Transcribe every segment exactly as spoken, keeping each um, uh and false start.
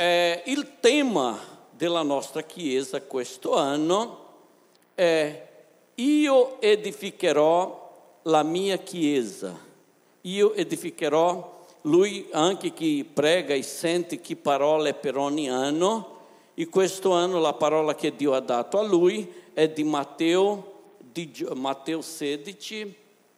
eh, il tema della nostra Chiesa questo anno è Io edificherò la mia Chiesa. Io edificherò, lui anche chi prega e sente che parole per ogni anno, e questo anno la parola che Dio ha dato a lui è di Matteo, di Matteo sedici,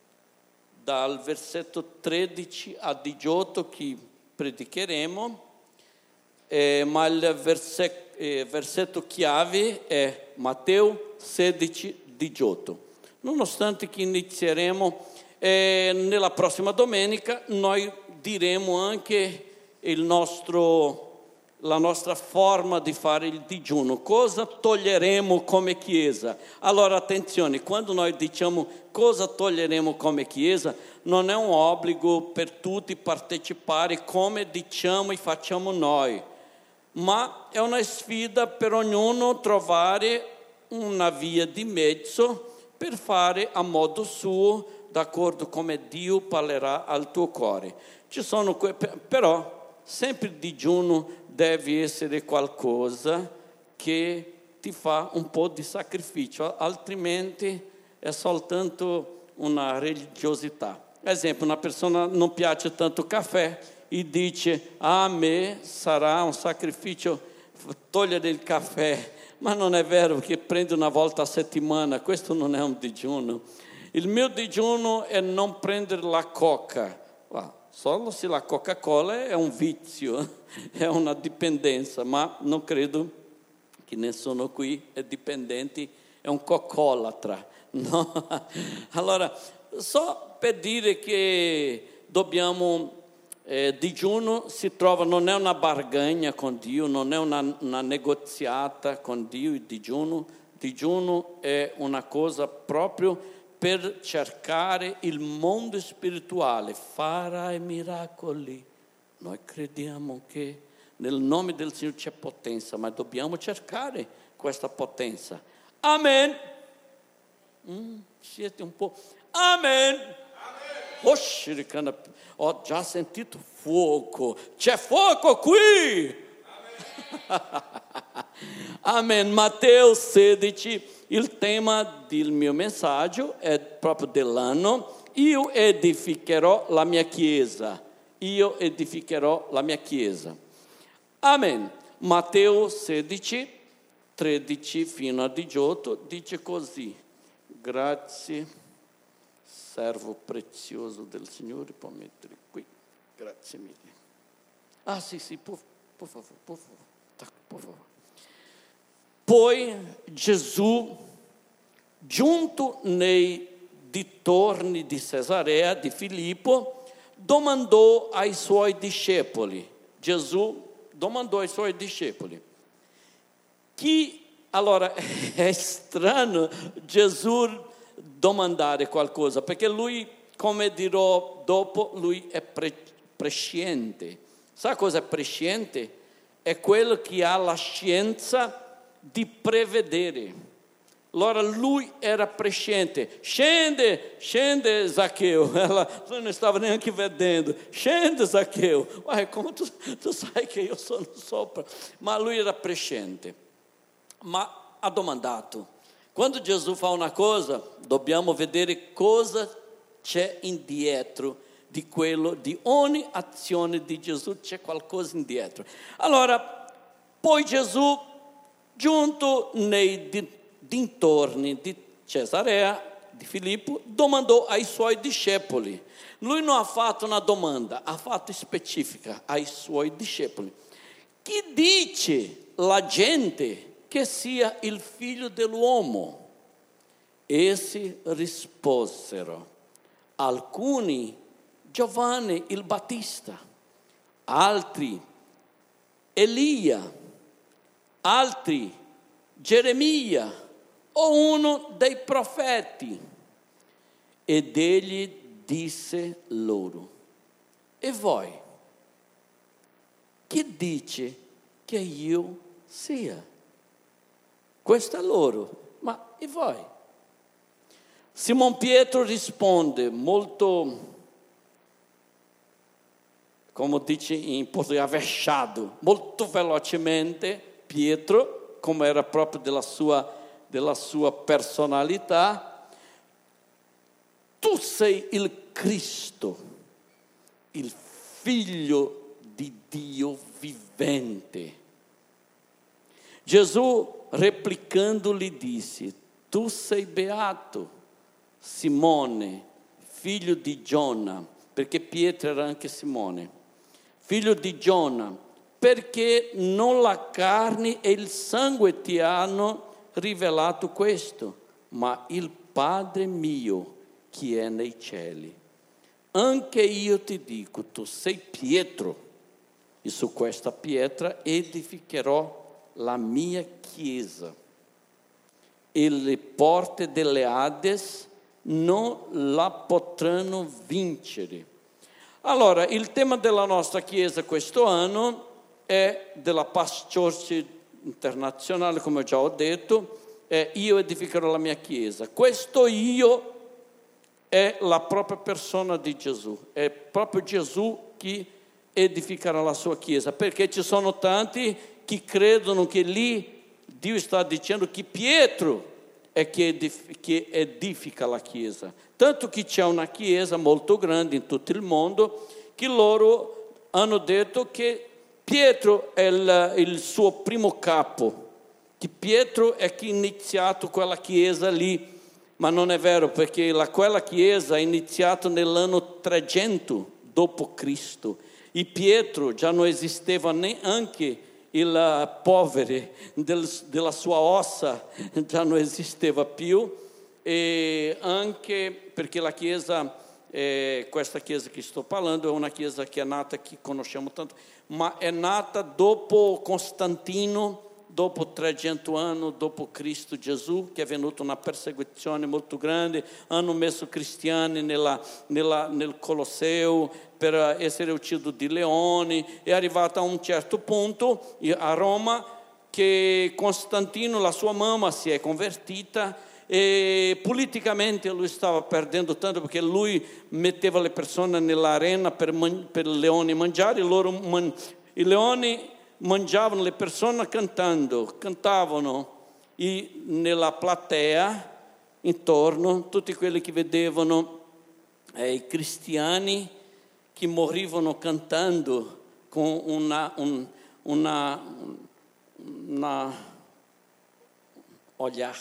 dal versetto tredici a diciotto che predicheremo, eh, ma il versetto, eh, versetto chiave è Matteo sedici diciotto. Nonostante che inizieremo eh, nella prossima domenica, noi diremo anche il nostro, la nostra forma di fare il digiuno, cosa toglieremo come Chiesa. Allora attenzione, quando noi diciamo cosa toglieremo come Chiesa, non è un obbligo per tutti partecipare come diciamo e facciamo noi, ma è una sfida per ognuno trovare una via di mezzo per fare a modo suo, d'accordo come Dio parlerà al tuo cuore. Ci sono que- però sempre il digiuno deve essere qualcosa che ti fa un po' di sacrificio, altrimenti è soltanto una religiosità. Ad esempio, una persona non piace tanto caffè e dice a me sarà un sacrificio togliere il caffè, ma non è vero, che prende una volta a settimana, questo non è un digiuno. Il mio digiuno è non prendere la coca, solo se la Coca-Cola è un vizio, è una dipendenza, ma non credo che nessuno qui è dipendente, è un coccolatra, no? Allora, so per dire che dobbiamo, eh, digiuno si trova, non è una bargagna con Dio, non è una, una negoziata con Dio, il digiuno, digiuno è una cosa proprio per cercare il mondo spirituale, farai miracoli. Noi crediamo che nel nome del Signore c'è potenza, ma dobbiamo cercare questa potenza. Amen. Mm, siete un po'. Amen. Amen. Oh, ho già sentito fuoco. C'è fuoco qui. Amen. Amen. Matteo sedici. Il tema del mio messaggio è proprio dell'anno. Io edificherò la mia Chiesa. Io edificherò la mia Chiesa. Amen. Matteo sedici, tredici fino a diciotto dice così. Grazie, servo prezioso del Signore, può mettere qui. Grazie mille. Ah sì, sì, por, por favore, por favore, por favore. Poi Gesù, giunto nei dintorni di Cesarea di Filippo, domandò ai suoi discepoli. Gesù domandò ai suoi discepoli. Chi, allora è strano Gesù domandare qualcosa, perché lui, come dirò dopo, lui è pre- presciente. Sa cosa è presciente? È quello che ha la scienza di prevedere. Allora lui era presciente. Scende, scende Zaccheo. Lui non stava neanche vedendo. Scende Zaccheo. Uè, come tu, tu sai che io sono sopra. Ma lui era presciente. Ma ha domandato. Quando Gesù fa una cosa, dobbiamo vedere cosa c'è indietro di quello, di ogni azione di Gesù c'è qualcosa indietro. Allora, poi Gesù, giunto nei dintorni di Cesarea di Filippo, domandò ai suoi discepoli. Lui non ha fatto una domanda, ha fatto specifica ai suoi discepoli. Chi dice la gente che sia il figlio dell'uomo? Essi risposero, alcuni Giovanni il Battista, altri Elia, altri Geremia o uno dei profeti. Ed egli disse loro, e voi, chi dice che io sia? Questo è loro, ma e voi? Simon Pietro risponde molto come dice in portuguese, avvexado, molto velocemente Pietro, come era proprio della sua, della sua personalità: tu sei il Cristo, il Figlio di Dio vivente. Gesù, replicando, lhe disse: tu sei beato, Simone, figlio di Giona, perché Pietro era anche Simone, figlio di Giona, perché non la carne e il sangue ti hanno rivelato questo, ma il Padre mio che è nei cieli. Anche io ti dico, tu sei Pietro, e su questa pietra edificherò la mia chiesa, e le porte delle Hades non la potranno vincere. Allora, il tema della nostra chiesa questo anno è della Past Church internazionale, come già ho detto, è io edificherò la mia chiesa. Questo io è la propria persona di Gesù, è proprio Gesù che edificherà la sua chiesa, perché ci sono tanti che credono che lì Dio sta dicendo che Pietro è che edifica la chiesa, tanto che c'è una chiesa molto grande in tutto il mondo che loro hanno detto che Pietro è il, il suo primo capo, che Pietro è chi ha iniziato quella chiesa lì. Ma non è vero, perché la, quella chiesa è iniziata nell'anno trecento dopo Cristo, e Pietro già non esisteva neanche il povero del, della sua ossa, già non esisteva più, e anche perché la chiesa, eh, questa chiesa che sto parlando, è una chiesa che è nata, che conosciamo tanto, ma è nata dopo Costantino, dopo trecento anni dopo Cristo Gesù, che è venuta una persecuzione molto grande, hanno messo cristiani nella, nella, nel Colosseo per essere uccisi di leoni. È arrivata a un certo punto a Roma che Costantino, la sua mamma, si è convertita, e politicamente lui stava perdendo tanto, perché lui metteva le persone nell'arena per, man- per i leoni mangiare, e loro man- i leoni mangiavano le persone cantando, cantavano, e nella platea intorno tutti quelli che vedevano eh, i cristiani che morivano cantando con una, un, una, una olhar,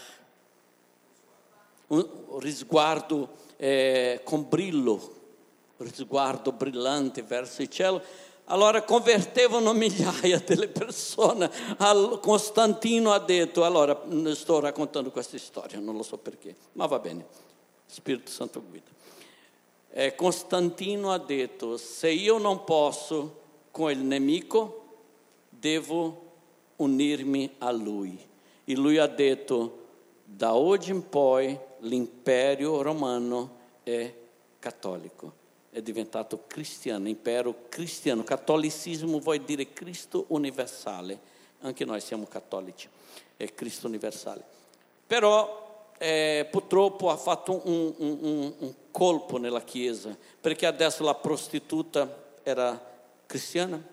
un risguardo eh, con brillo, risguardo brillante verso il cielo. Allora convertevano migliaia delle persone. Costantino ha detto, allora sto raccontando questa storia, non lo so perché, ma va bene, Spirito Santo guida. Eh, Costantino ha detto: se io non posso con il nemico, devo unirmi a lui. E lui ha detto: da oggi in poi l'impero romano è cattolico. È diventato cristiano, impero cristiano. Cattolicesimo vuol dire Cristo universale. Anche noi siamo cattolici, è Cristo universale. Però eh, purtroppo ha fatto un, un, un colpo nella Chiesa, perché adesso la prostituta era cristiana,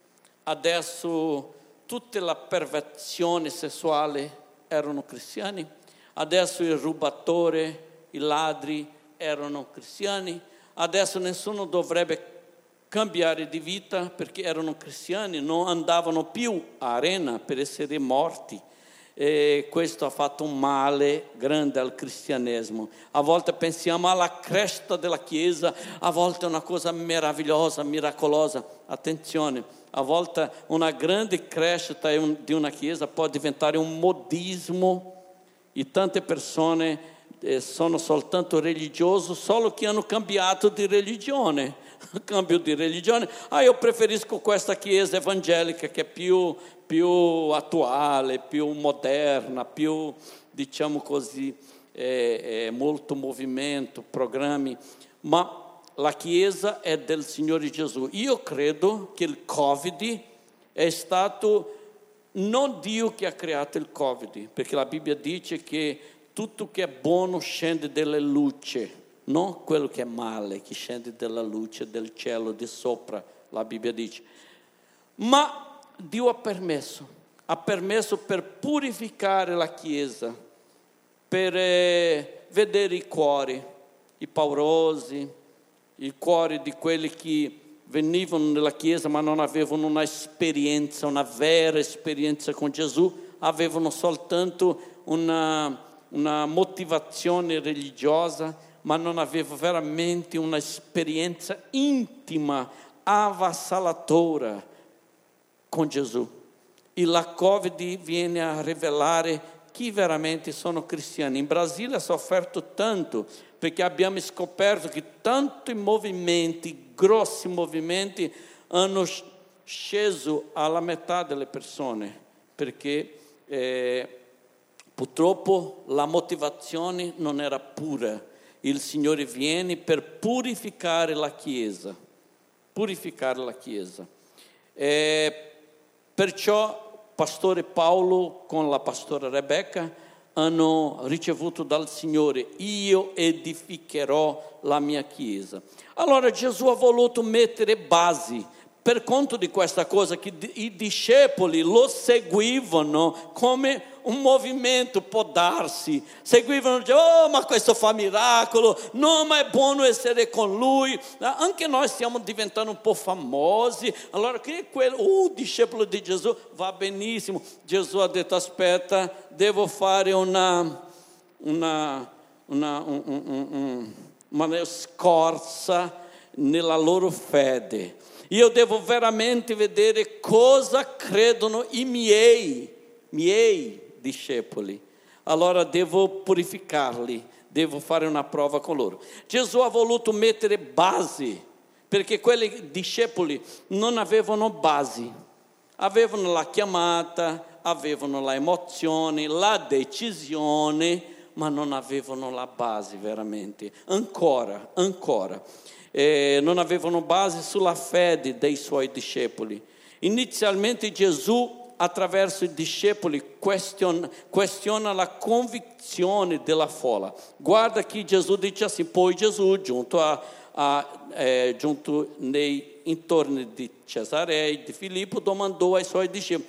adesso tutta la perversione sessuale erano cristiani, adesso il rubatore, i ladri erano cristiani, adesso nessuno dovrebbe cambiare di vita perché erano cristiani, non andavano più a arena per essere morti. E questo ha fatto un male grande al cristianesimo. A volte pensiamo alla cresta della Chiesa, a volte è una cosa meravigliosa, miracolosa. Attenzione, a volte una grande crescita di una Chiesa può diventare un modismo, e tante persone sono soltanto religiosi solo che hanno cambiato di religione. Cambio di religione, ah io preferisco questa chiesa evangelica che è più, più attuale, più moderna, più, diciamo così, eh, eh, molto movimento, programmi, ma la chiesa è del Signore Gesù. Io credo che il Covid è stato non Dio che ha creato il Covid, perché la Bibbia dice che tutto che è buono scende dalla luce, non quello che è male, che scende dalla luce del cielo di sopra, la Bibbia dice. Ma Dio ha permesso, ha permesso per purificare la Chiesa, per eh, vedere i cuori, i paurosi, i cuori di quelli che venivano nella Chiesa ma non avevano una esperienza, una vera esperienza con Gesù, avevano soltanto una, una motivazione religiosa, ma non avevano veramente una esperienza intima, avassaladora con Gesù. E la Covid viene a rivelare chi veramente sono cristiani. In Brasile ha sofferto tanto, perché abbiamo scoperto che tanti movimenti, grossi movimenti, hanno sceso alla metà delle persone, perché eh, purtroppo la motivazione non era pura. Il Signore viene per purificare la Chiesa, purificare la Chiesa. Eh, perciò Pastore Paolo con la pastora Rebecca hanno ricevuto dal Signore: io edificherò la mia Chiesa. Allora Gesù ha voluto mettere basi per conto di questa cosa, che i discepoli lo seguivano come un movimento, può darsi, seguivano, oh ma questo fa miracolo, no ma è buono essere con lui, anche noi stiamo diventando un po' famosi, allora che è quello, uh, discepolo di Gesù, va benissimo. Gesù ha detto: aspetta, devo fare una, una, una, un, un, un, una scorza nella loro fede. Io devo veramente vedere cosa credono i miei, miei discepoli. Allora devo purificarli, devo fare una prova con loro. Gesù ha voluto mettere basi, perché quelli discepoli non avevano basi. Avevano la chiamata, avevano la emozione, la decisione, ma non avevano la base veramente. Ancora, ancora. Eh, non avevano base sulla fede dei suoi discepoli. Inizialmente Gesù, attraverso i discepoli, questiona, questiona la convinzione della folla. Guarda che Gesù dice assim: poi Gesù, giunto, a, a, eh, giunto nei intorni di Cesarea e di Filippo, domandò ai suoi discepoli: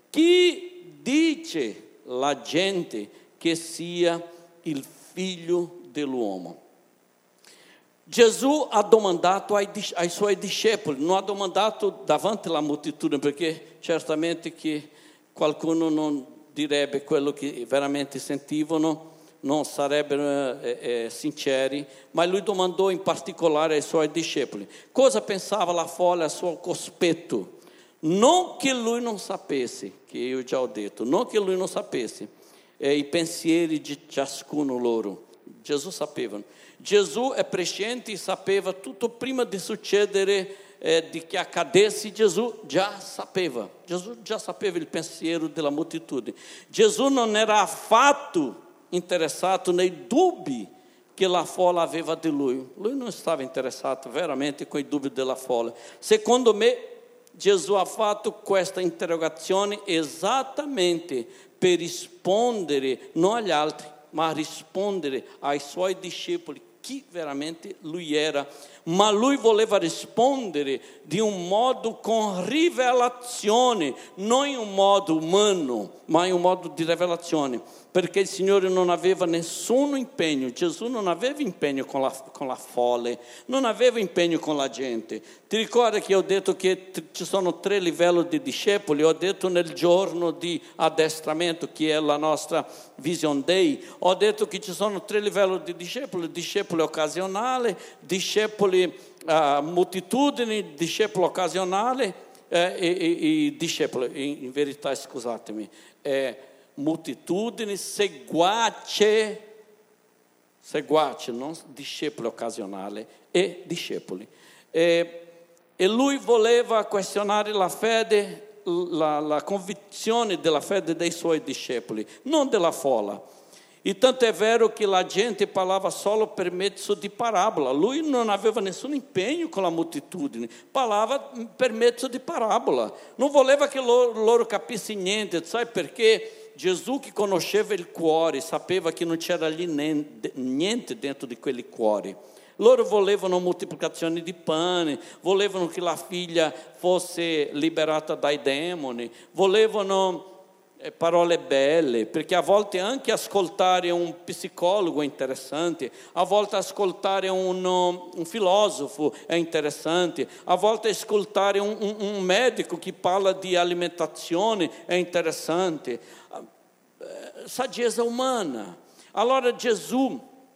chi dice la gente che sia il figlio dell'uomo? Gesù ha domandato ai, ai suoi discepoli, non ha domandato davanti alla moltitudine, perché certamente che qualcuno non direbbe quello che veramente sentivano, non sarebbero eh, eh, sinceri, ma lui domandò in particolare ai suoi discepoli. Cosa pensava la folla al suo cospetto? Non che lui non sapesse, che io già ho detto, non che lui non sapesse eh, i pensieri di ciascuno loro. Gesù sapeva. Gesù è presciente e sapeva tutto prima di succedere, eh, di che accadesse. Gesù già sapeva, Gesù già sapeva il pensiero della moltitudine. Gesù non era affatto interessato nei dubbi che la folla aveva di lui. Lui non stava interessato veramente con i dubbi della folla. Secondo me, Gesù ha fatto questa interrogazione esattamente per rispondere non agli altri, ma a rispondere ai suoi discepoli chi veramente lui era. Ma lui voleva rispondere di un modo con rivelazione, non in un modo umano, ma in un modo di rivelazione, perché il Signore non aveva nessun impegno. Gesù non aveva impegno con la, con la folla, non aveva impegno con la gente. Ti ricordi che ho detto che t- ci sono tre livelli di discepoli? Ho detto nel giorno di addestramento, che è la nostra Vision Day, ho detto che ci sono tre livelli di discepoli: discepoli occasionali, discepoli uh, moltitudini, discepolo occasionale eh, e, e, e discepolo, in, in verità scusatemi, eh, moltitudini, seguace, seguace, non discepolo occasionale, e discepoli. E, e lui voleva questionare la fede, la, la convinzione della fede dei suoi discepoli, non della folla. E tanto è vero che la gente parlava solo per mezzo di parabola. Lui non aveva nessun impegno con la moltitudine, parlava per mezzo di parabola. Non voleva che loro, loro capissero niente, sai perché? Gesù, che conosceva il cuore, sapeva che non c'era lì niente dentro di quei cuori. Loro volevano moltiplicazione di pane, volevano che la figlia fosse liberata dai demoni, volevano parole belle, perché a volte anche ascoltare un psicologo è interessante, a volte ascoltare un, un filosofo è interessante, a volte ascoltare un, un, un medico che parla di alimentazione è interessante. Saggezza umana. Allora Gesù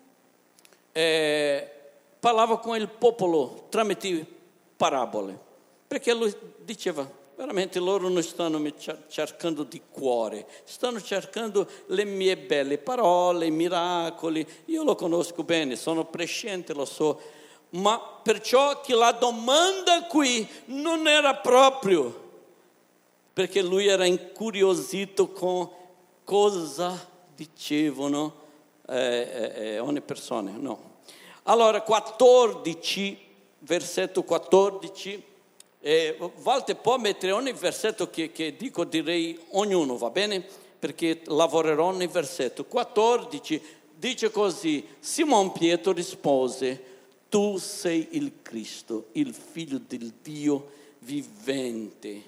eh, parlava con il popolo tramite parabole, perché lui diceva: veramente loro non stanno cercando di cuore, stanno cercando le mie belle parole, i miracoli. Io lo conosco bene, sono presciente, lo so, ma perciò che la domanda qui non era proprio, perché lui era incuriosito con cosa dicevano eh, eh, ogni persona, no. Allora, quattordici, versetto quattordici, Eh, Walter può mettere ogni versetto che, che dico, direi ognuno, va bene? Perché lavorerò nel versetto quattordici, dice così: Simon Pietro rispose: tu sei il Cristo, il figlio del Dio vivente.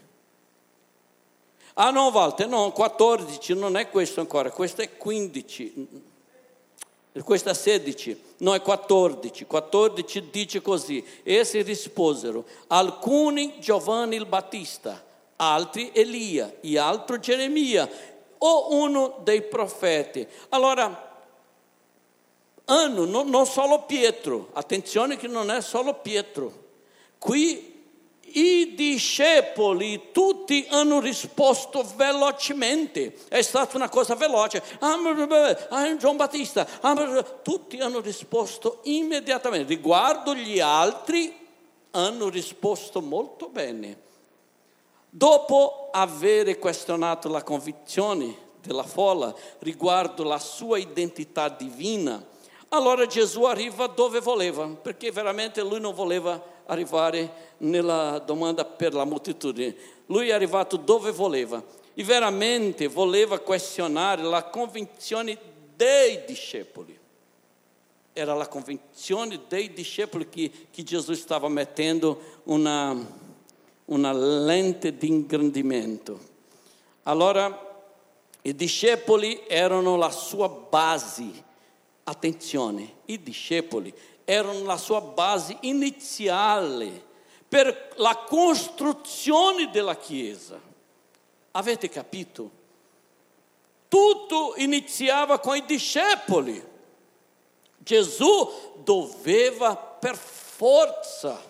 Ah no, Walter, no, quattordici non è questo ancora, questo è quindici. Questa sedici, no è quattordici, quattordici dice così: essi risposero, alcuni Giovanni il Battista, altri Elia, e altro Geremia o uno dei profeti. Allora, hanno, non, non solo Pietro, attenzione che non è solo Pietro, qui i discepoli tutti hanno risposto velocemente, è stata una cosa veloce. Ah, Gian Battista, ah, tutti hanno risposto immediatamente. Riguardo gli altri hanno risposto molto bene. Dopo aver questionato la convinzione della folla riguardo la sua identità divina, allora Gesù arriva dove voleva, perché veramente lui non voleva arrivare nella domanda per la moltitudine. Lui è arrivato dove voleva e veramente voleva questionare la convinzione dei discepoli. Era la convinzione dei discepoli che, che Gesù stava mettendo una, una lente di ingrandimento. Allora i discepoli erano la sua base. Attenzione, i discepoli erano la sua base iniziale per la costruzione della Chiesa. Avete capito? Tutto iniziava con i discepoli. Gesù doveva per forza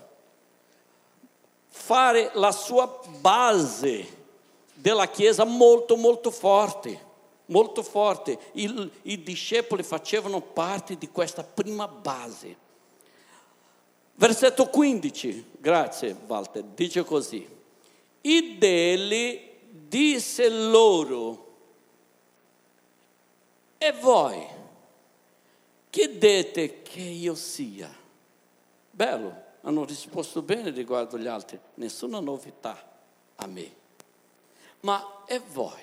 fare la sua base della Chiesa molto molto forte. Molto forte. I, i discepoli facevano parte di questa prima base. Versetto quindici, grazie Walter, dice così: ed egli disse loro: e voi che dite che io sia? Bello, hanno risposto bene riguardo agli altri, nessuna novità a me. Ma e voi?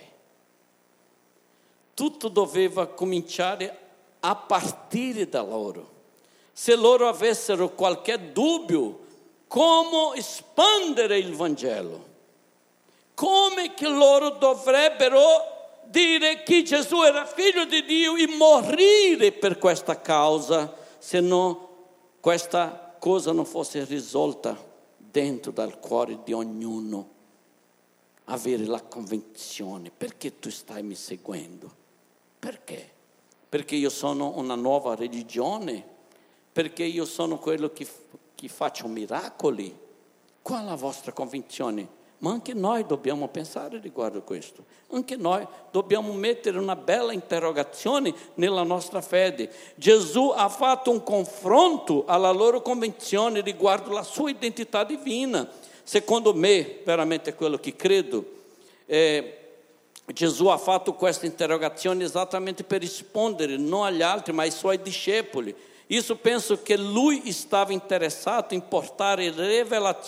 Tutto doveva cominciare a partire da loro. Se loro avessero qualche dubbio, come espandere il Vangelo? Come che loro dovrebbero dire che Gesù era figlio di Dio e morire per questa causa, se no questa cosa non fosse risolta dentro dal cuore di ognuno? Avere la convinzione: perché tu stai mi seguendo? Perché? Perché io sono una nuova religione? Perché io sono quello che, che faccio miracoli? Qual è la vostra convinzione? Ma anche noi dobbiamo pensare riguardo a questo. Anche noi dobbiamo mettere una bella interrogazione nella nostra fede. Gesù ha fatto un confronto alla loro convinzione riguardo alla sua identità divina. Secondo me, veramente quello che credo, eh, Gesù ha fatto questa interrogazione esattamente per rispondere non agli altri ma ai suoi discepoli. Isso penso che lui stava interessato in portare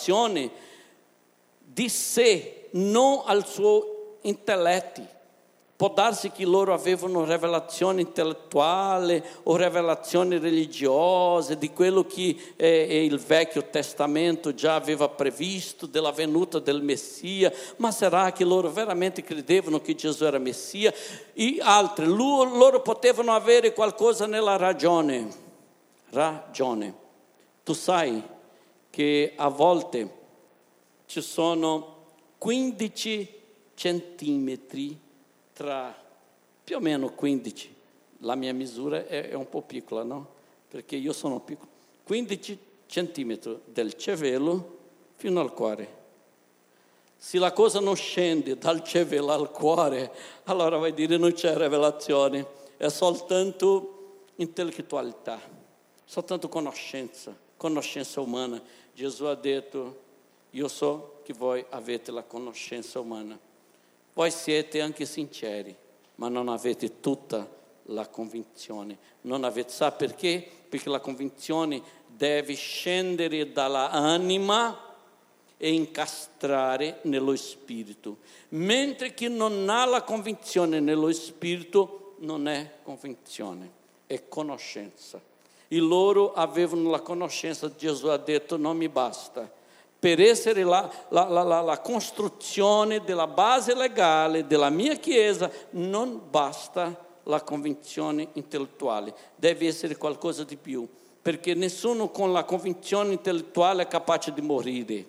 rivelazione di sé, non al suo intelletto, Può darsi che loro avevano rivelazione intellettuale o rivelazioni religiose di quello che eh, il Vecchio Testamento già aveva previsto della venuta del Messia, ma sarà che loro veramente credevano che Gesù era Messia? E altri, loro, loro potevano avere qualcosa nella ragione. Ragione. Tu sai che a volte ci sono quindici centimetri tra più o meno quindici, la mia misura è, è un po' piccola, no? Perché io sono piccolo, quindici centimetri del cervello fino al cuore. Se la cosa non scende dal cervello al cuore, allora vuol dire non c'è rivelazione, è soltanto intellettualità, soltanto conoscenza, conoscenza umana. Gesù ha detto, io so che voi avete la conoscenza umana. Voi siete anche sinceri, ma non avete tutta la convinzione. Non avete, sa perché? Perché la convinzione deve scendere dalla anima e incastrare nello spirito. Mentre chi non ha la convinzione nello spirito non è convinzione, è conoscenza. E loro avevano la conoscenza, Gesù ha detto, non mi basta. Per essere la, la, la, la costruzione della base legale della mia Chiesa non basta la convinzione intellettuale, deve essere qualcosa di più, perché nessuno con la convinzione intellettuale è capace di morire.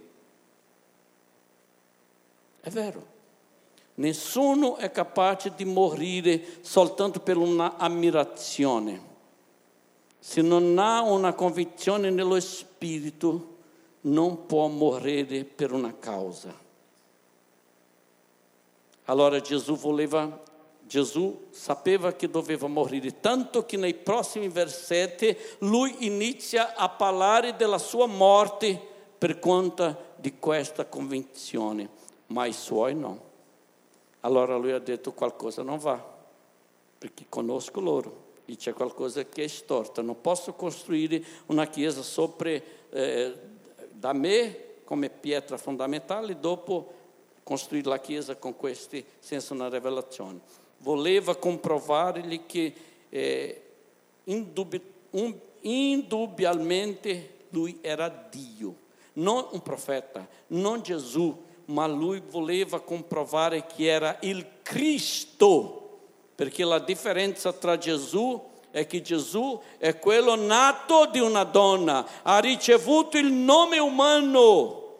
È vero, nessuno è capace di morire soltanto per una ammirazione. Se non ha una convinzione nello spirito, non può morire per una causa. Allora Gesù voleva, Gesù sapeva che doveva morire, tanto che nei prossimi versetti lui inizia a parlare della sua morte per conto di questa convinzione, ma i suoi no. Allora lui ha detto qualcosa non va, perché conosco loro e c'è qualcosa che è storta, non posso costruire una chiesa sopra eh, da me come pietra fondamentale, dopo costruire la Chiesa con questi senza una rivelazione. Voleva comprovargli che eh, indubbi, un, indubbiamente lui era Dio, non un profeta, non Gesù, ma lui voleva comprovare che era il Cristo, perché la differenza tra Gesù è che Gesù è quello nato di una donna, ha ricevuto il nome umano,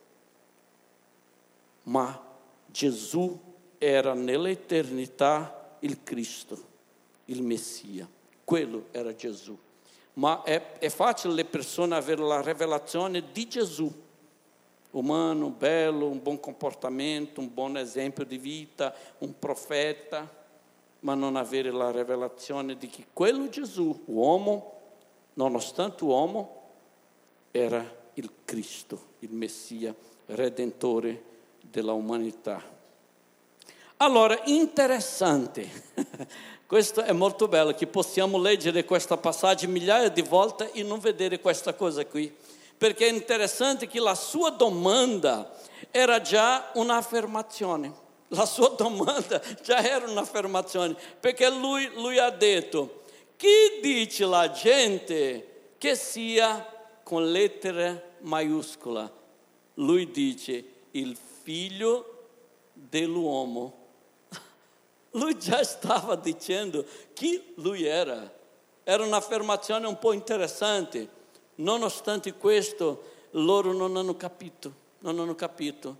ma Gesù era nell'eternità il Cristo, il Messia, quello era Gesù. Ma è, è facile le persone avere la rivelazione di Gesù, umano, bello, un buon comportamento, un buon esempio di vita, un profeta, ma non avere la rivelazione di che quello Gesù, uomo, nonostante uomo, era il Cristo, il Messia, redentore della umanità. Allora, interessante, questo è molto bello, che possiamo leggere questo passaggio migliaia di volte e non vedere questa cosa qui, perché è interessante che la sua domanda era già un'affermazione. La sua domanda già era un'affermazione, perché lui, lui ha detto, chi dice la gente che sia con lettera maiuscola? Lui dice, il figlio dell'uomo. Lui già stava dicendo chi lui era. Era un'affermazione un po' interessante. Nonostante questo, loro non hanno capito, non hanno capito.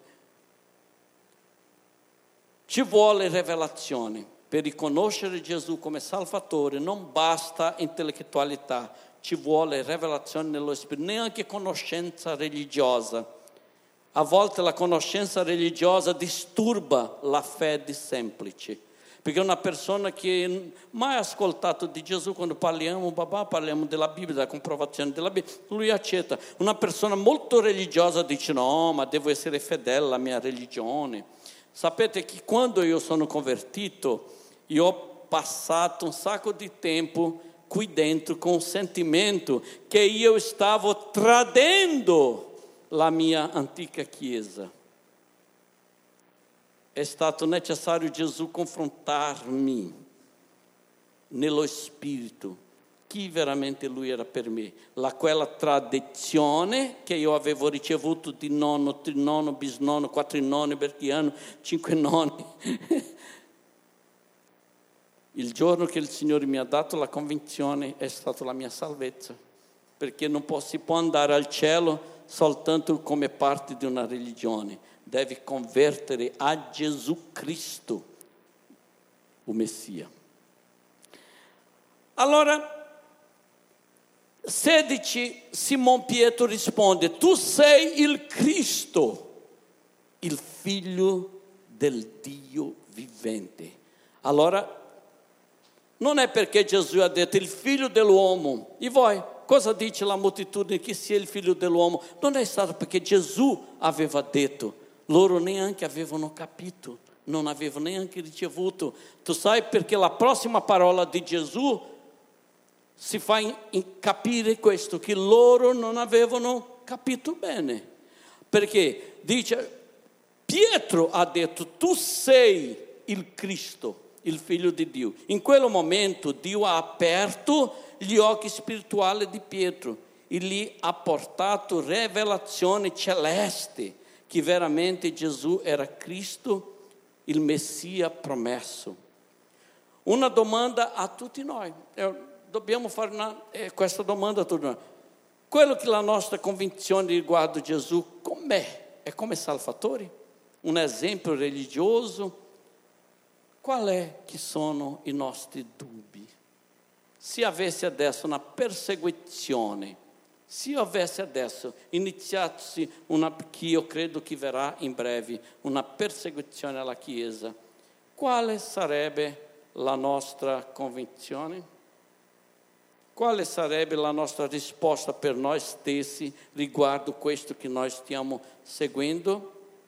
Ci vuole rivelazione per riconoscere Gesù come Salvatore, non basta intellettualità, ci vuole rivelazione nello Spirito, neanche conoscenza religiosa. A volte la conoscenza religiosa disturba la fede semplice, perché una persona che mai ha ascoltato di Gesù, quando parliamo, papà, parliamo della Bibbia, della comprovazione della Bibbia, lui accetta. Una persona molto religiosa dice no, ma devo essere fedele alla mia religione. Sapete che quando io sono convertito, io ho passato un sacco di tempo qui dentro con un sentimento che io stavo tradendo la mia antica chiesa. è stato necessario Gesù confrontarmi nello spirito chi veramente lui era per me, la quella tradizione che io avevo ricevuto di nonno, trinonno, bisnonno, quattrinonni, berchiano, cinque nonni. Il giorno che il Signore mi ha dato la convinzione è stata la mia salvezza, perché non può, si può andare al cielo soltanto come parte di una religione, devi convertere a Gesù Cristo, il Messia. Allora, sedici, Simon Pietro risponde: tu sei il Cristo, il figlio del Dio vivente. Allora, non è perché Gesù ha detto il figlio dell'uomo, e voi cosa dice la moltitudine che sia il figlio dell'uomo? Non è stato perché Gesù aveva detto, loro neanche avevano capito, non avevano neanche ricevuto. Tu sai perché la prossima parola di Gesù si fa in, in capire questo, che loro non avevano capito bene, perché dice, Pietro ha detto, tu sei il Cristo, il figlio di Dio. In quel momento Dio ha aperto gli occhi spirituali di Pietro e gli ha portato rivelazione celeste che veramente Gesù era Cristo, il Messia promesso. Una domanda a tutti noi, dobbiamo fare una, eh, questa domanda a tutti noi. Quello che la nostra convinzione riguardo Gesù com'è? È come Salvatore? Un esempio religioso? Qual è che sono i nostri dubbi? Se avesse adesso una persecuzione, se avesse adesso iniziato una, che io credo che verrà in breve, una persecuzione alla Chiesa, quale sarebbe la nostra convinzione? Quale sarebbe la nostra risposta per noi stessi riguardo questo che noi stiamo seguendo?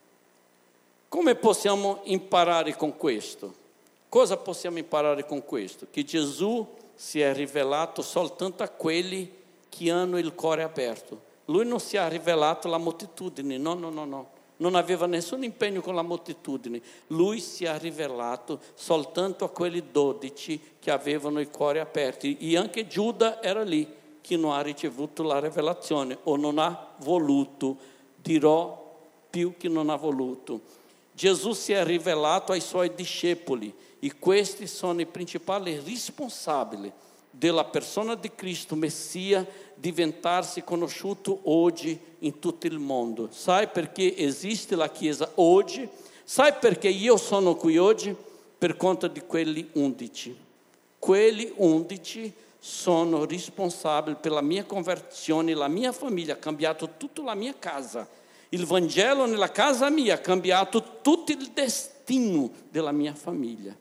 Come possiamo imparare con questo? Cosa possiamo imparare con questo? Che Gesù si è rivelato soltanto a quelli che hanno il cuore aperto. Lui non si è rivelato alla moltitudine, no, no, no, no. Non aveva nessun impegno con la moltitudine. Lui si è rivelato soltanto a quelli dodici che avevano i cuori aperti. E anche Giuda era lì, che non ha ricevuto la rivelazione o non ha voluto. Dirò più che non ha voluto. Gesù si è rivelato ai suoi discepoli e questi sono i principali responsabili della persona di Cristo Messia diventarsi conosciuto oggi in tutto il mondo. Sai perché esiste la Chiesa oggi? Sai perché io sono qui oggi? Per conto di quelli undici. Quelli undici sono responsabili per la mia conversione, la mia famiglia, ha cambiato tutta la mia casa. Il Vangelo nella casa mia ha cambiato tutto il destino della mia famiglia.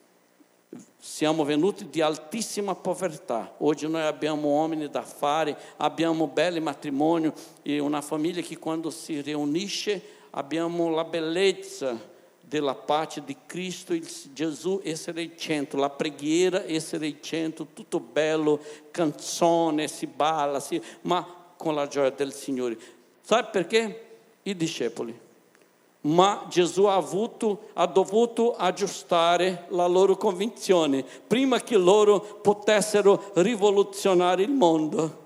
Siamo venuti di altissima povertà. Oggi noi abbiamo uomini d'affari, abbiamo belli matrimoni e una famiglia che quando si riunisce abbiamo la bellezza della pace di Cristo, il Gesù essere il centro, la preghiera essere il centro, tutto bello, canzone, si balla, si, ma con la gioia del Signore. Sai perché? I discepoli. Ma Gesù ha, avuto, ha dovuto aggiustare la loro convinzione prima che loro potessero rivoluzionare il mondo.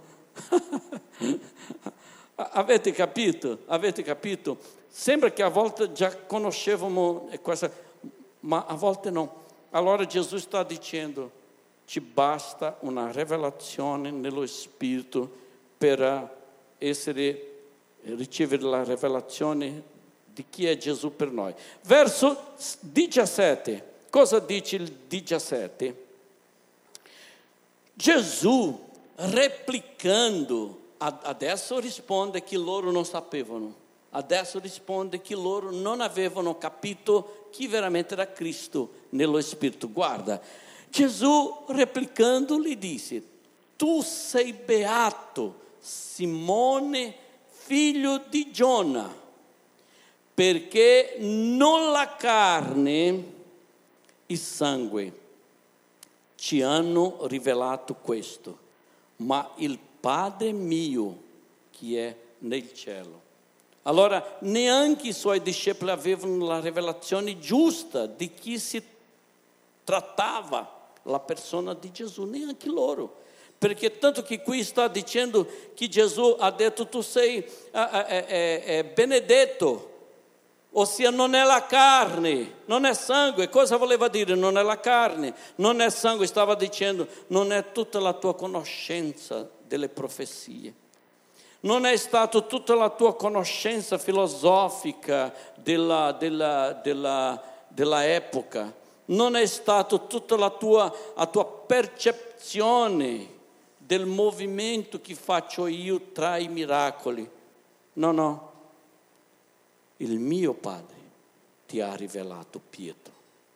Avete capito? Avete capito? Sembra che a volte già conoscevamo questa, ma a volte no. Allora Gesù sta dicendo, ci basta una rivelazione nello Spirito per essere, ricevere la rivelazione di chi è Gesù per noi. Verso diciassette, cosa dice il diciassette? Gesù replicando, adesso risponde che loro non sapevano, adesso risponde che loro non avevano capito chi veramente era Cristo nello Spirito. Guarda, Gesù replicando gli disse, tu sei beato, Simone, figlio di Giona, perché non la carne e sangue ci hanno rivelato questo, ma il Padre mio che è nel cielo. Allora neanche i suoi discepoli avevano la rivelazione giusta di chi si trattava la persona di Gesù, neanche loro. Perché tanto che qui sta dicendo che Gesù ha detto tu sei eh, eh, eh, benedetto, ossia non è la carne, non è sangue. Cosa voleva dire non è la carne, non è sangue? Stava dicendo non è tutta la tua conoscenza delle profezie, non è stata tutta la tua conoscenza filosofica della, della, della, della epoca, non è stata tutta la tua, la tua percezione del movimento che faccio io tra i miracoli. No, no. Il mio Padre ti ha rivelato Pietro.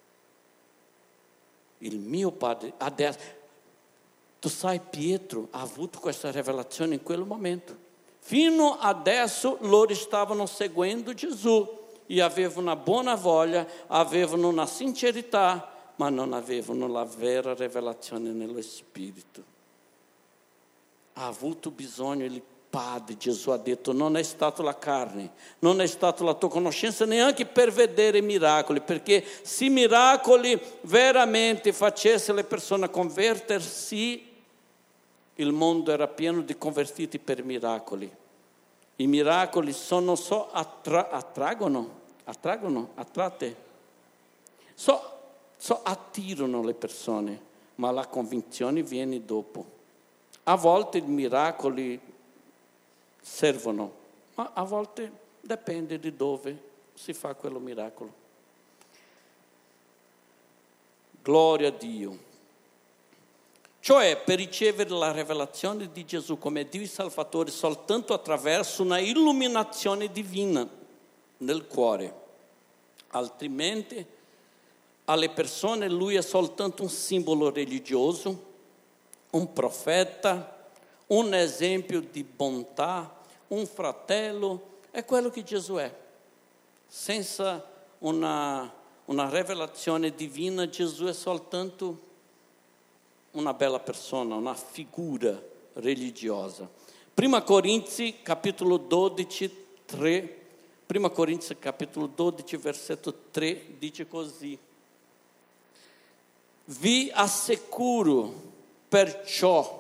Il mio Padre, adesso, tu sai, Pietro ha avuto questa rivelazione in quel momento. Fino adesso loro stavano seguendo Gesù e avevano una buona voglia, avevano una sincerità, ma non avevano la vera rivelazione nello Spirito. Ha avuto bisogno il Padre, Gesù ha detto, non è stata la carne, non è stata la tua conoscenza neanche per vedere miracoli, perché se i miracoli veramente facessero le persone convertersi, il mondo era pieno di convertiti per miracoli. I miracoli sono so attra- attraggono, attraggono, attratte, so, so attirano le persone, ma la convinzione viene dopo. A volte i miracoli servono, ma a volte dipende di dove si fa quello miracolo. Gloria a Dio. Cioè, per ricevere la rivelazione di Gesù come Dio Salvatore soltanto attraverso una illuminazione divina nel cuore. Altrimenti, alle persone lui è soltanto un simbolo religioso, un profeta, un esempio di bontà, un fratello, è quello che Gesù è. Senza una, una rivelazione divina, Gesù è soltanto una bella persona, una figura religiosa. Prima Corinzi, capitolo dodici, tre. Prima Corinzi, capitolo dodici, versetto tre, dice così. Vi assicuro perciò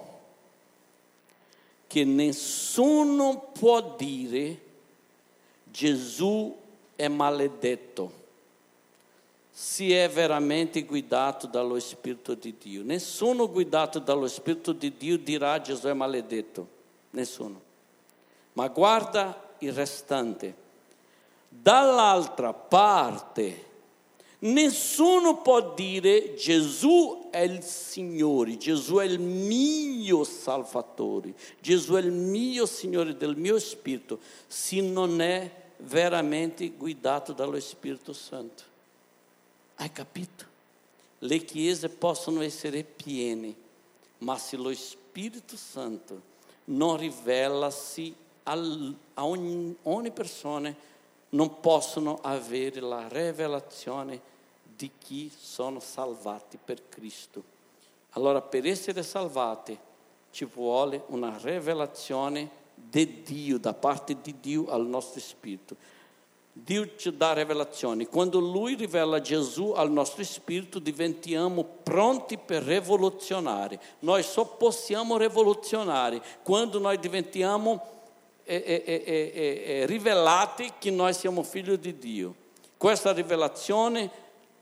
che nessuno può dire Gesù è maledetto se è veramente guidato dallo Spirito di Dio. Nessuno guidato dallo Spirito di Dio dirà Gesù è maledetto, nessuno. Ma guarda il restante. Dall'altra parte, nessuno può dire Gesù è il Signore, Gesù è il mio Salvatore, Gesù è il mio Signore del mio Spirito, se non è veramente guidato dallo Spirito Santo. Hai capito? Le chiese possono essere piene, ma se lo Spirito Santo non rivela-si a ogni, ogni persona, non possono avere la rivelazione di chi sono salvati per Cristo. Allora, per essere salvati ci vuole una rivelazione di Dio, da parte di Dio al nostro spirito. Dio ci dà rivelazioni. Quando Lui rivela Gesù al nostro spirito, diventiamo pronti per rivoluzionare. Noi só possiamo rivoluzionare quando noi diventiamo eh, eh, eh, eh, eh, rivelati che noi siamo figli di Dio. Questa rivelazione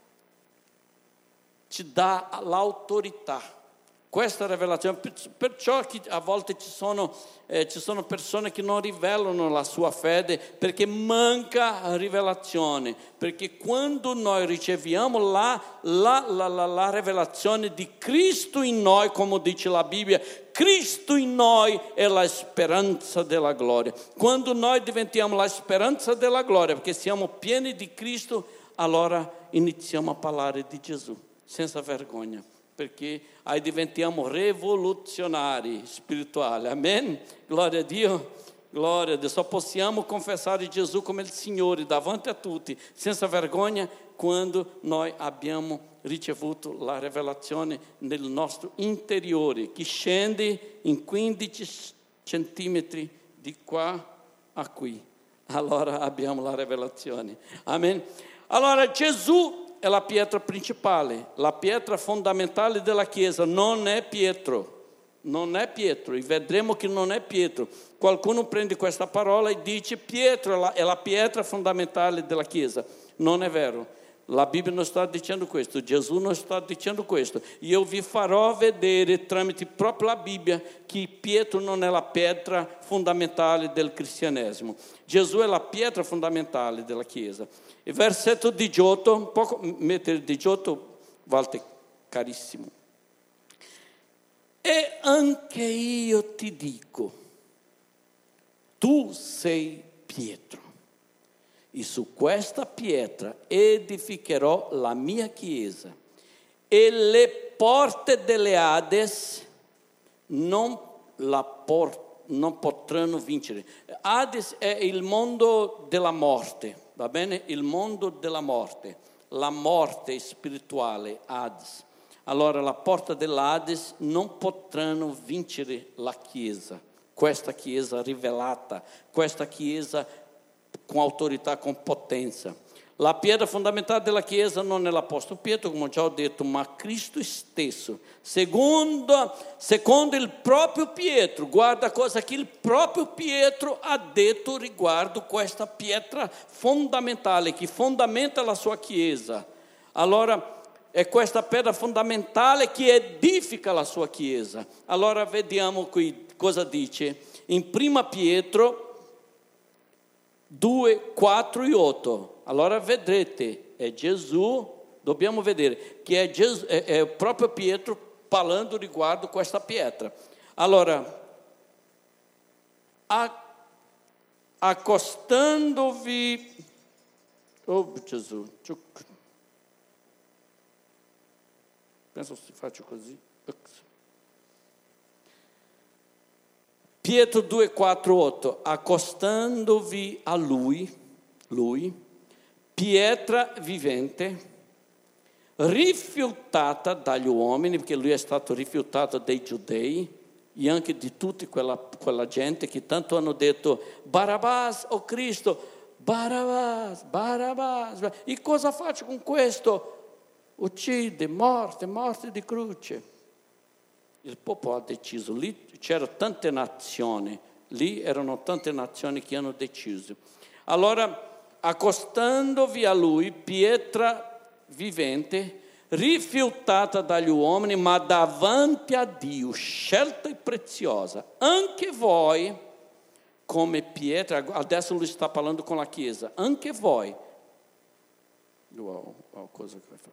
ci dà l'autorità. Questa rivelazione, perciò che a volte ci sono, eh, ci sono persone che non rivelano la sua fede perché manca rivelazione, perché quando noi riceviamo la, la, la, la, la rivelazione di Cristo in noi, come dice la Bibbia, Cristo in noi è la speranza della gloria. Quando noi diventiamo la speranza della gloria, perché siamo pieni di Cristo, allora iniziamo a parlare di Gesù, senza vergogna. Perché aí diventiamo rivoluzionari spirituali, amen? Glória a Dio, glória a Dio. Só possiamo confessare Gesù come il Signore davanti a tutti, senza vergogna, quando noi abbiamo ricevuto la rivelazione nel nostro interiore, che scende in quindici centimetri di qua a qui. allora abbiamo la rivelazione. Amen. Allora Gesù è la pietra principale, la pietra fondamentale della Chiesa, non è Pietro. Non è Pietro, e vedremo che non è Pietro. Qualcuno prende questa parola e dice Pietro è la, è la pietra fondamentale della Chiesa. Non è vero. La Bibbia non sta dicendo questo, Gesù non sta dicendo questo. Io vi farò vedere tramite proprio la Bibbia che Pietro non è la pietra fondamentale del cristianesimo. Gesù è la pietra fondamentale della Chiesa. Il versetto diciotto, poco mettere diciotto, volte carissimo. E anche io ti dico, tu sei Pietro, e su questa pietra edificherò la mia chiesa, e le porte delle Hades non, la por- non potranno vincere. Hades è il mondo della morte, va bene? Il mondo della morte, la morte spirituale, Hades. Allora la porta dell'Hades non potranno vincere la Chiesa, questa Chiesa rivelata, questa Chiesa con autorità, con potenza. La pietra fondamentale della Chiesa non è l'Apostolo Pietro, come già ho detto, ma Cristo stesso. Secondo, secondo il proprio Pietro, guarda cosa che il proprio Pietro ha detto riguardo questa pietra fondamentale, che fondamenta la sua Chiesa. Allora, è questa pietra fondamentale che edifica la sua Chiesa. Allora vediamo qui cosa dice in prima Pietro due, quattro e otto. Allora vedrete, è Gesù, dobbiamo vedere che è, Gesù, è, è proprio Pietro parlando riguardo questa pietra. Allora, accostandovi, oh Gesù, penso se faccio così. Pietro due, quattro, otto. Accostandovi a lui, lui, pietra vivente, rifiutata dagli uomini, perché lui è stato rifiutato dai giudei e anche di tutta quella, quella gente che tanto hanno detto Barabbas o Cristo, Barabbas, Barabbas, e cosa faccio con questo? Uccide, morte, morte di croce. Il popolo ha deciso, lì c'erano tante nazioni, lì erano tante nazioni che hanno deciso. Allora, accostandovi a lui, pietra vivente, rifiutata dagli uomini, ma davanti a Dio, scelta e preziosa, anche voi, come pietra, adesso lui sta parlando con la Chiesa, anche voi, wow, wow, cosa che hai fatto?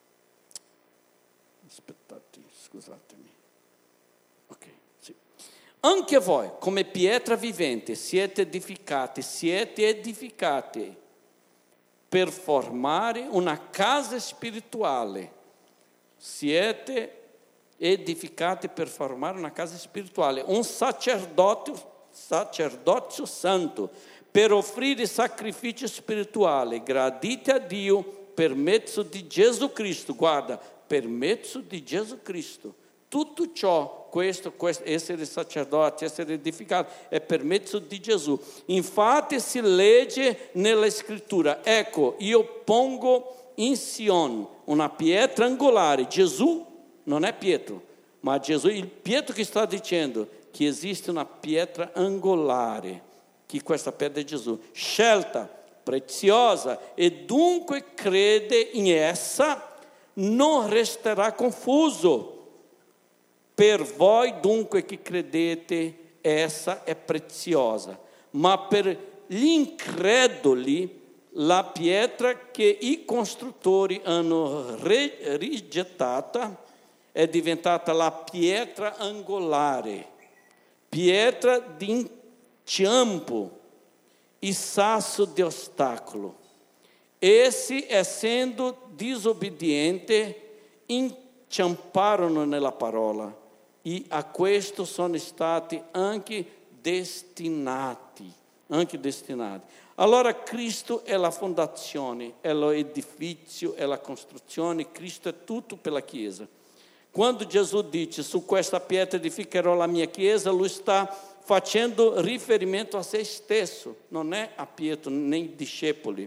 Aspettate, scusatemi. Ok, sì. Anche voi, come pietra vivente, siete edificati, siete edificati per formare una casa spirituale. Siete edificati per formare una casa spirituale, un sacerdozio, sacerdozio santo, per offrire sacrifici spirituali graditi a Dio per mezzo di Gesù Cristo. Guarda, per mezzo di Gesù Cristo. Tutto ciò, questo, questo, essere sacerdoti, essere edificati, è per mezzo di Gesù. Infatti si legge nella scrittura, ecco, io pongo in Sion una pietra angolare. Gesù non è Pietro, ma Gesù, il Pietro che sta dicendo che esiste una pietra angolare, che questa pietra è Gesù, scelta, preziosa, e dunque crede in essa, non resterà confuso. Per voi dunque che credete, essa è preziosa, ma per gli increduli la pietra che i costruttori hanno re- rigettata è diventata la pietra angolare, pietra di inciampo e sasso di ostacolo. Essi, essendo disobbedienti, inciamparono nella parola e a questo sono stati anche destinati, anche destinati. Allora Cristo è la fondazione, è l'edificio, è la costruzione, Cristo è tutto per la Chiesa. Quando Gesù dice, su questa pietra edificherò la mia chiesa, lui sta facendo riferimento a se stesso, non è a Pietro, nem ai discepoli.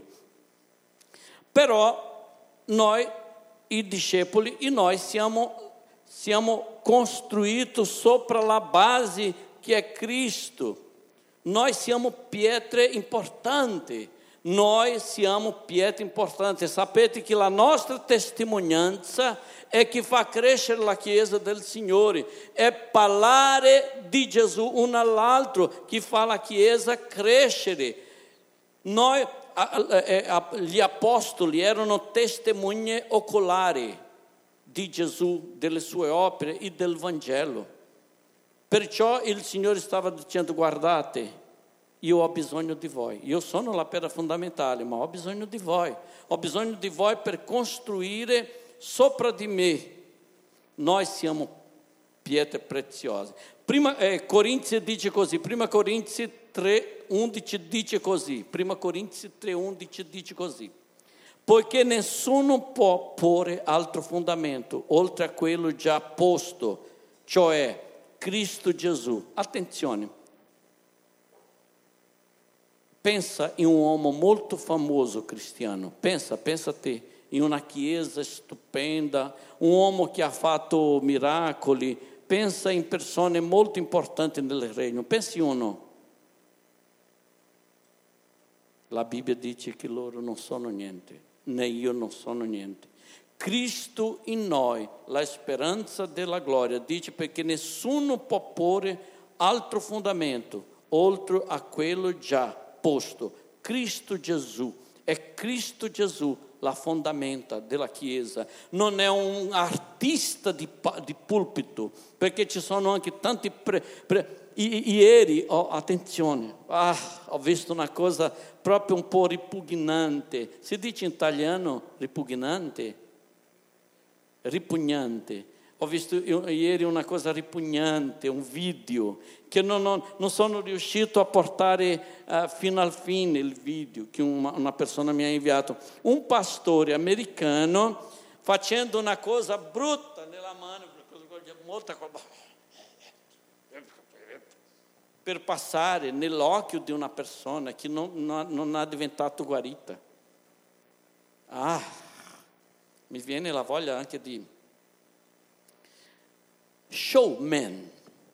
Però noi, i discepoli, e noi siamo, siamo costruiti sopra la base che è Cristo. Noi siamo pietre importanti. Noi siamo pietre importanti. Sapete che la nostra testimonianza è che fa crescere la Chiesa del Signore. È parlare di Gesù uno all'altro che fa la Chiesa crescere. Noi, gli apostoli, erano testemunhe oculari di Gesù, delle sue opere e del Vangelo. Perciò il Signore stava dicendo: guardate, io ho bisogno di voi, io sono la pedra fondamentale, ma ho bisogno di voi, ho bisogno di voi per costruire sopra di me. Noi siamo pietre preziose. Prima eh, Corinzi dice così, prima Corinzi tre undici dice così, prima Corinzi tre undici dice così: poiché nessuno può porre altro fondamento oltre a quello già posto, cioè Cristo Gesù. Attenzione, pensa in un uomo molto famoso cristiano, pensa, pensa a te, in una chiesa stupenda, un uomo che ha fatto miracoli, pensa in persone molto importanti nel regno, pensi uno. La Bibbia dice che loro non sono niente, né io non sono niente. Cristo in noi, la speranza della gloria, dice perché nessuno può porre altro fondamento oltre a quello già posto, Cristo Gesù. È Cristo Gesù la fondamenta della Chiesa, non è un artista di, di pulpito, perché ci sono anche tanti pre, pre, i, ieri oh, attenzione, ah, ho visto una cosa proprio un po' ripugnante. Si dice in italiano ripugnante? Ripugnante. Ho visto ieri una cosa ripugnante, un video che non, non, non sono riuscito a portare uh, fino al fine il video che una, una persona mi ha inviato. Un pastore americano facendo una cosa brutta nella mano, molta cosa, per passare nell'occhio di una persona che non, non, non è diventato guarita. Ah, mi viene la voglia anche di showman.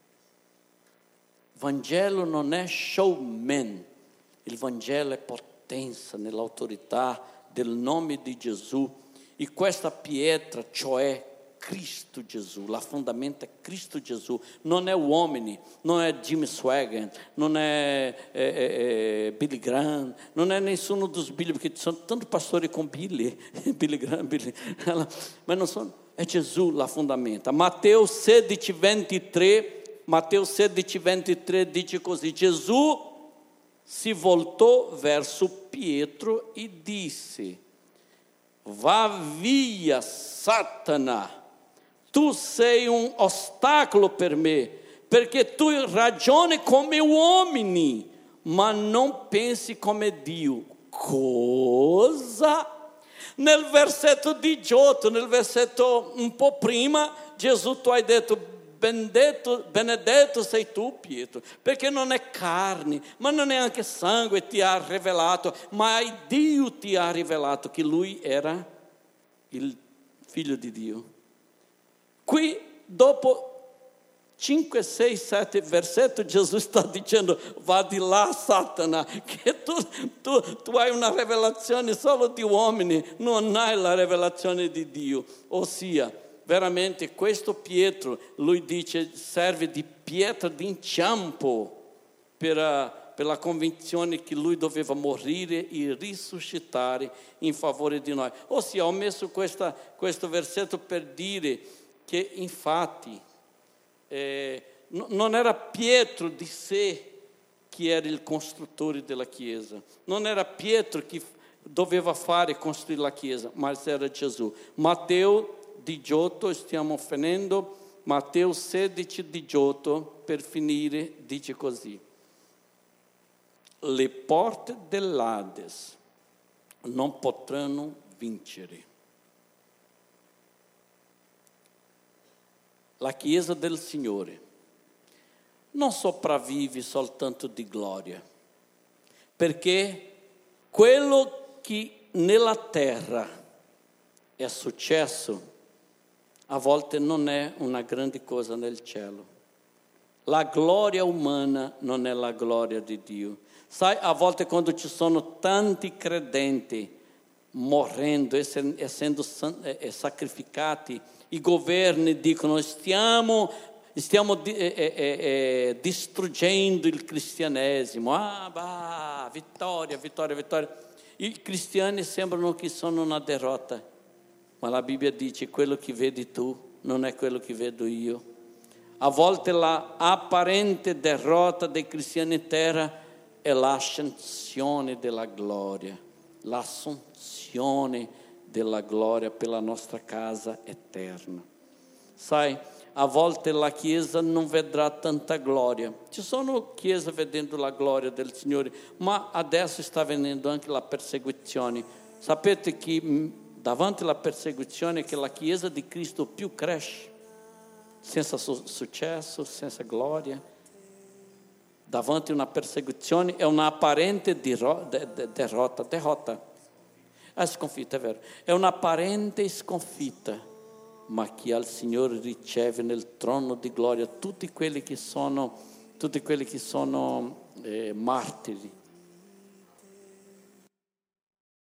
Vangelo non è showman, il Vangelo è potenza nell'autorità del nome di Gesù, e questa pietra, cioè Cristo Gesù, la fondamenta è Cristo Gesù, non è uomini, non è Jimmy Swaggart, non è, è, è, è Billy Graham, non è nessuno dos Billy, perché ci sono tanti pastori con Billy, Billy Graham, Billy, ma non sono, è Gesù la fondamenta. Matteo sedici ventitré, Matteo sedici ventitré dice così: Gesù si voltò verso Pietro e disse: va via Satana, tu sei un ostacolo per me, perché tu ragioni come uomini, ma non pensi come Dio. Cosa? Nel versetto diciotto, nel versetto un po' prima, Gesù tu hai detto: benedetto, benedetto sei tu Pietro, perché non è carne, ma non è anche sangue ti ha rivelato, ma Dio ti ha rivelato che lui era il figlio di Dio. Qui dopo cinque, sei, sette versetti Gesù sta dicendo: va di là Satana, che tu, tu, tu hai una rivelazione solo di uomini, non hai la rivelazione di Dio. Ossia, veramente questo Pietro, lui dice, serve di pietra d'inciampo per, uh, per la convinzione che lui doveva morire e risuscitare in favore di noi. Ossia, ho messo questa, questo versetto per dire che infatti eh, no, non era Pietro di sé che era il costruttore della Chiesa, non era Pietro che doveva fare costruire la Chiesa, ma era Gesù. Matteo diciotto, stiamo finendo, Matteo sedici diciotto, per finire, dice così: le porte dell'Ades non potranno vincere. la Chiesa del Signore, non sopravvive soltanto di gloria, perché quello che nella terra è successo a volte non è una grande cosa nel cielo. La gloria umana non è la gloria di Dio. Sai, a volte quando ci sono tanti credenti morendo, essendo sacrificati, i governi dicono stiamo, stiamo eh, eh, eh, distruggendo il cristianesimo. Ah, bah, vittoria, vittoria, vittoria. I cristiani sembrano che sono una derrota, ma la Bibbia dice quello che vedi tu non è quello che vedo io. A volte la apparente derrota dei cristiani in terra è l'ascensione della gloria, l'assunzione della gloria per la nostra casa eterna. Sai, a volte la Chiesa non vedrà tanta gloria. Ci sono chiese vedendo la gloria del Signore, ma adesso sta venendo anche la persecuzione. Sapete che davanti alla persecuzione che la Chiesa di Cristo più cresce, senza su- successo, senza gloria. Davanti a una persecuzione è una apparente diro- de- de- derrota, derrota. È sconfitta, è vero. È un'apparente sconfitta, ma che al Signore riceve nel trono di gloria tutti quelli che sono, tutti quelli che sono eh, martiri,